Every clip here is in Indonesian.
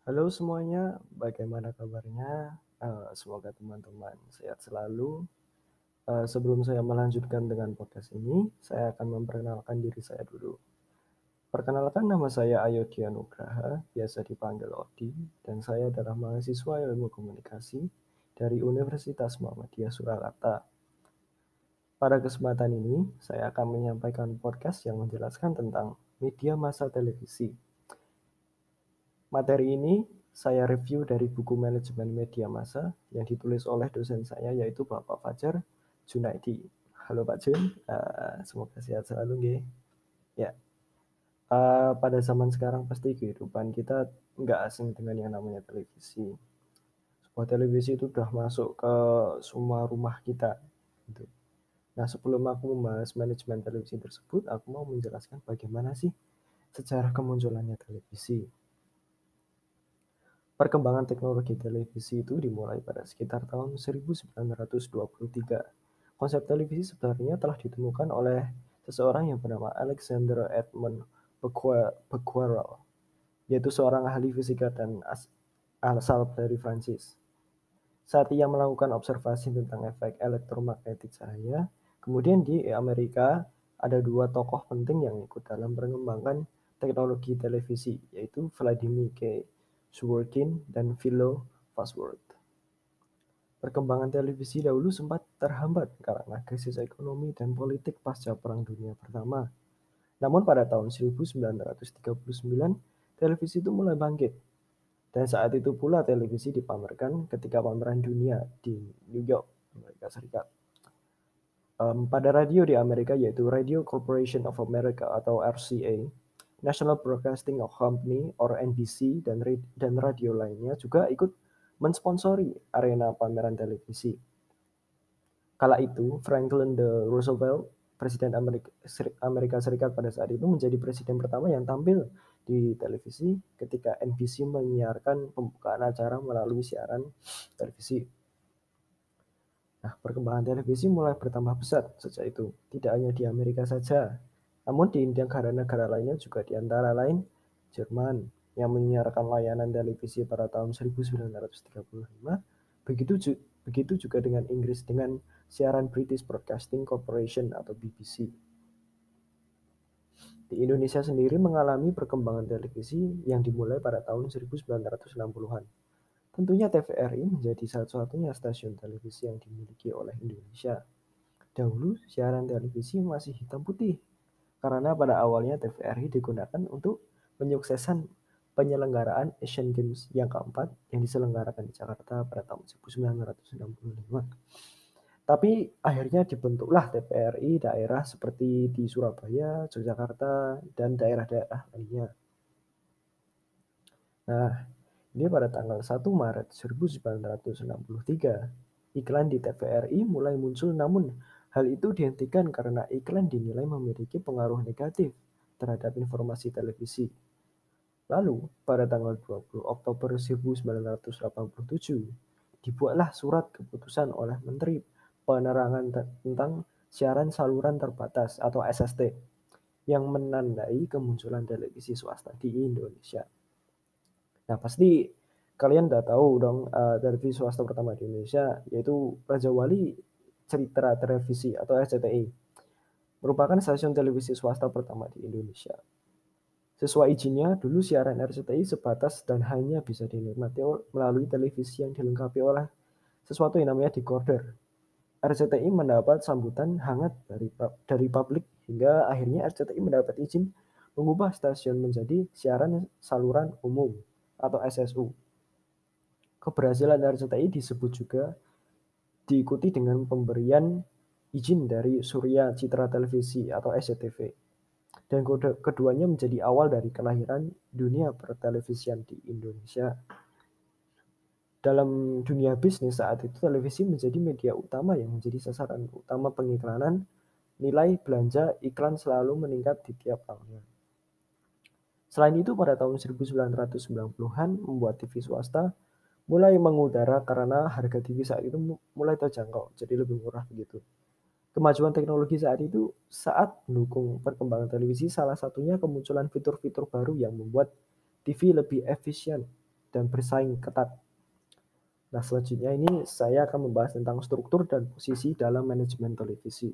Halo semuanya, bagaimana kabarnya? Semoga teman-teman sehat selalu. Sebelum saya melanjutkan dengan podcast ini, saya akan memperkenalkan diri saya dulu. Perkenalkan, nama saya Ayodhya Nugraha, biasa dipanggil Odi, dan saya adalah mahasiswa ilmu komunikasi dari Universitas Muhammadiyah Surakarta. Pada kesempatan ini, saya akan menyampaikan podcast yang menjelaskan tentang media massa televisi. Materi ini saya review dari buku Manajemen Media Massa yang ditulis oleh dosen saya yaitu Bapak Fajar Junaidi. Halo Pak Jun, semoga sehat selalu nggih. Ya, pada zaman sekarang pasti kehidupan kita nggak asing dengan yang namanya televisi. Sebuah televisi itu sudah masuk ke semua rumah kita. Gitu. Nah, sebelum aku membahas manajemen televisi tersebut, aku mau menjelaskan bagaimana sih sejarah kemunculannya televisi. Perkembangan teknologi televisi itu dimulai pada sekitar tahun 1923. Konsep televisi sebenarnya telah ditemukan oleh seseorang yang bernama Alexander Edmund Becquerel, yaitu seorang ahli fisika dan asal dari Prancis. Saat ia melakukan observasi tentang efek elektromagnetik cahaya, kemudian di Amerika ada dua tokoh penting yang ikut dalam perkembangan teknologi televisi, yaitu Vladimir K. Zworykin dan Philo Farnsworth. Perkembangan televisi dahulu sempat terhambat karena krisis ekonomi dan politik pasca Perang Dunia Pertama. Namun pada tahun 1939, televisi itu mulai bangkit. Dan saat itu pula televisi dipamerkan ketika pameran dunia di New York, Amerika Serikat. Pada radio di Amerika yaitu Radio Corporation of America atau RCA, National Broadcasting Company or NBC dan radio lainnya juga ikut mensponsori arena pameran televisi. Kala itu, Franklin D. Roosevelt, Presiden Amerika Serikat pada saat itu menjadi presiden pertama yang tampil di televisi ketika NBC menyiarkan pembukaan acara melalui siaran televisi. Nah, perkembangan televisi mulai bertambah pesat sejak itu, tidak hanya di Amerika saja, namun di negara-negara lainnya juga di antara lain Jerman yang menyiarkan layanan televisi pada tahun 1935, begitu begitu juga dengan Inggris dengan siaran British Broadcasting Corporation atau BBC. Di Indonesia sendiri mengalami perkembangan televisi yang dimulai pada tahun 1960-an. Tentunya TVRI menjadi satu-satunya stasiun televisi yang dimiliki oleh Indonesia. Dahulu siaran televisi masih hitam putih karena pada awalnya TVRI digunakan untuk penyuksesan penyelenggaraan Asian Games yang keempat yang diselenggarakan di Jakarta pada tahun 1965. Tapi akhirnya dibentuklah TVRI daerah seperti di Surabaya, Yogyakarta, dan daerah-daerah lainnya. Nah, ini pada tanggal 1 Maret 1963, iklan di TVRI mulai muncul, namun hal itu dihentikan karena iklan dinilai memiliki pengaruh negatif terhadap informasi televisi. Lalu, pada tanggal 20 Oktober 1987, dibuatlah surat keputusan oleh Menteri Penerangan tentang Siaran Saluran Terbatas atau SST yang menandai kemunculan televisi swasta di Indonesia. Nah, pasti kalian udah tahu dong televisi swasta pertama di Indonesia yaitu Raja Wali Cerita Televisi atau RCTI. Merupakan stasiun televisi swasta pertama di Indonesia. Sesuai izinnya, dulu siaran RCTI sebatas dan hanya bisa dinikmati melalui televisi yang dilengkapi oleh sesuatu yang namanya decoder. RCTI mendapat sambutan hangat dari publik hingga akhirnya RCTI mendapat izin mengubah stasiun menjadi siaran saluran umum atau SSU. Keberhasilan RCTI disebut juga diikuti dengan pemberian izin dari Surya Citra Televisi atau SCTV. Dan keduanya menjadi awal dari kelahiran dunia pertelevisian di Indonesia. Dalam dunia bisnis saat itu televisi menjadi media utama yang menjadi sasaran utama pengiklanan. Nilai belanja iklan selalu meningkat di tiap tahunnya. Selain itu pada tahun 1990-an membuat TV swasta mulai mengudara karena harga TV saat itu mulai terjangkau, jadi lebih murah begitu. Kemajuan teknologi saat itu saat mendukung perkembangan televisi, salah satunya kemunculan fitur-fitur baru yang membuat TV lebih efisien. dan bersaing ketat. Nah, selanjutnya ini saya akan membahas tentang struktur dan posisi dalam manajemen televisi.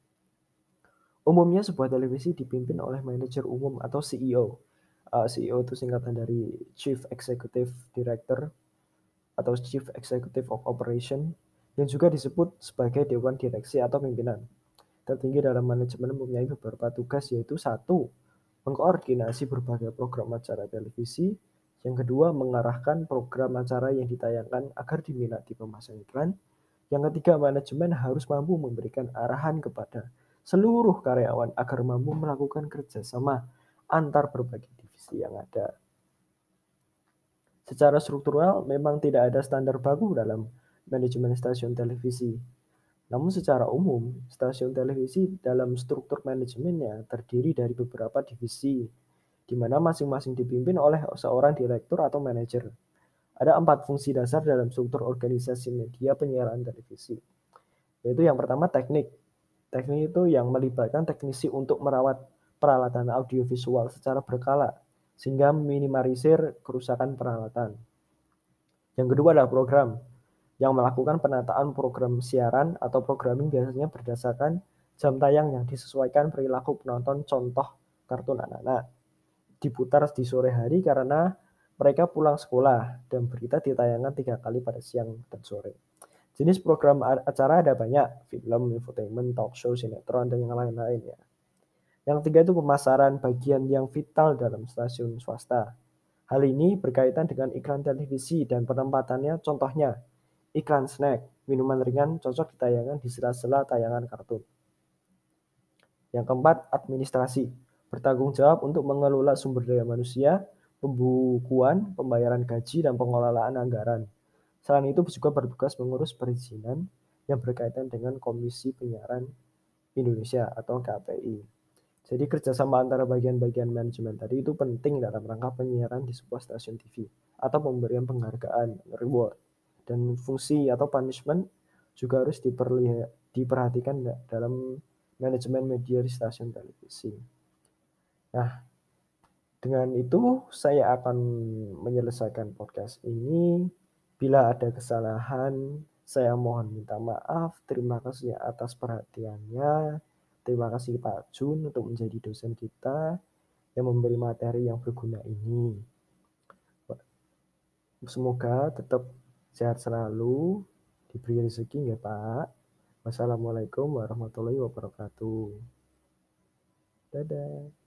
Umumnya sebuah televisi dipimpin oleh manajer umum atau CEO. CEO itu singkatan dari Chief Executive Director atau Chief Executive of Operation, yang juga disebut sebagai Dewan Direksi atau Pimpinan. Tertinggi dalam manajemen mempunyai beberapa tugas, yaitu satu, mengkoordinasi berbagai program acara televisi. Yang kedua, mengarahkan program acara yang ditayangkan agar diminati pemasang iklan. Yang ketiga, manajemen harus mampu memberikan arahan kepada seluruh karyawan agar mampu melakukan kerjasama antar berbagai divisi yang ada. Secara struktural, memang tidak ada standar baku dalam manajemen stasiun televisi. Namun secara umum, stasiun televisi dalam struktur manajemennya terdiri dari beberapa divisi, di mana masing-masing dipimpin oleh seorang direktur atau manajer. Ada 4 fungsi dasar dalam struktur organisasi media penyiaran televisi, yaitu yang pertama teknik. Teknik itu yang melibatkan teknisi untuk merawat peralatan audiovisual secara berkala, sehingga minimalisir kerusakan peralatan. Yang kedua adalah program, yang melakukan penataan program siaran atau programming biasanya berdasarkan jam tayang yang disesuaikan perilaku penonton, contoh kartun anak-anak. Diputar di sore hari karena mereka pulang sekolah dan berita ditayangkan 3 kali pada siang dan sore. Jenis program acara ada banyak, film, infotainment, talk show, sinetron, dan yang lain-lain ya. Yang ketiga itu pemasaran, bagian yang vital dalam stasiun swasta. Hal ini berkaitan dengan iklan televisi dan penempatannya, contohnya iklan snack, minuman ringan cocok ditayangkan di sela-sela tayangan kartun. Yang keempat, administrasi. Bertanggung jawab untuk mengelola sumber daya manusia, pembukuan, pembayaran gaji, dan pengelolaan anggaran. Selain itu juga bertugas mengurus perizinan yang berkaitan dengan Komisi Penyiaran Indonesia atau KPI. Jadi kerjasama antara bagian-bagian manajemen tadi itu penting dalam rangka penyiaran di sebuah stasiun TV atau pemberian penghargaan, reward, dan fungsi atau punishment juga harus diperhatikan dalam manajemen media di stasiun televisi. Nah, dengan itu saya akan menyelesaikan podcast ini. Bila ada kesalahan, saya mohon minta maaf. Terima kasih atas perhatiannya. Terima kasih Pak Jun untuk menjadi dosen kita yang memberi materi yang berguna ini. Semoga tetap sehat selalu, diberi rezeki ya Pak. Wassalamualaikum warahmatullahi wabarakatuh. Dadah.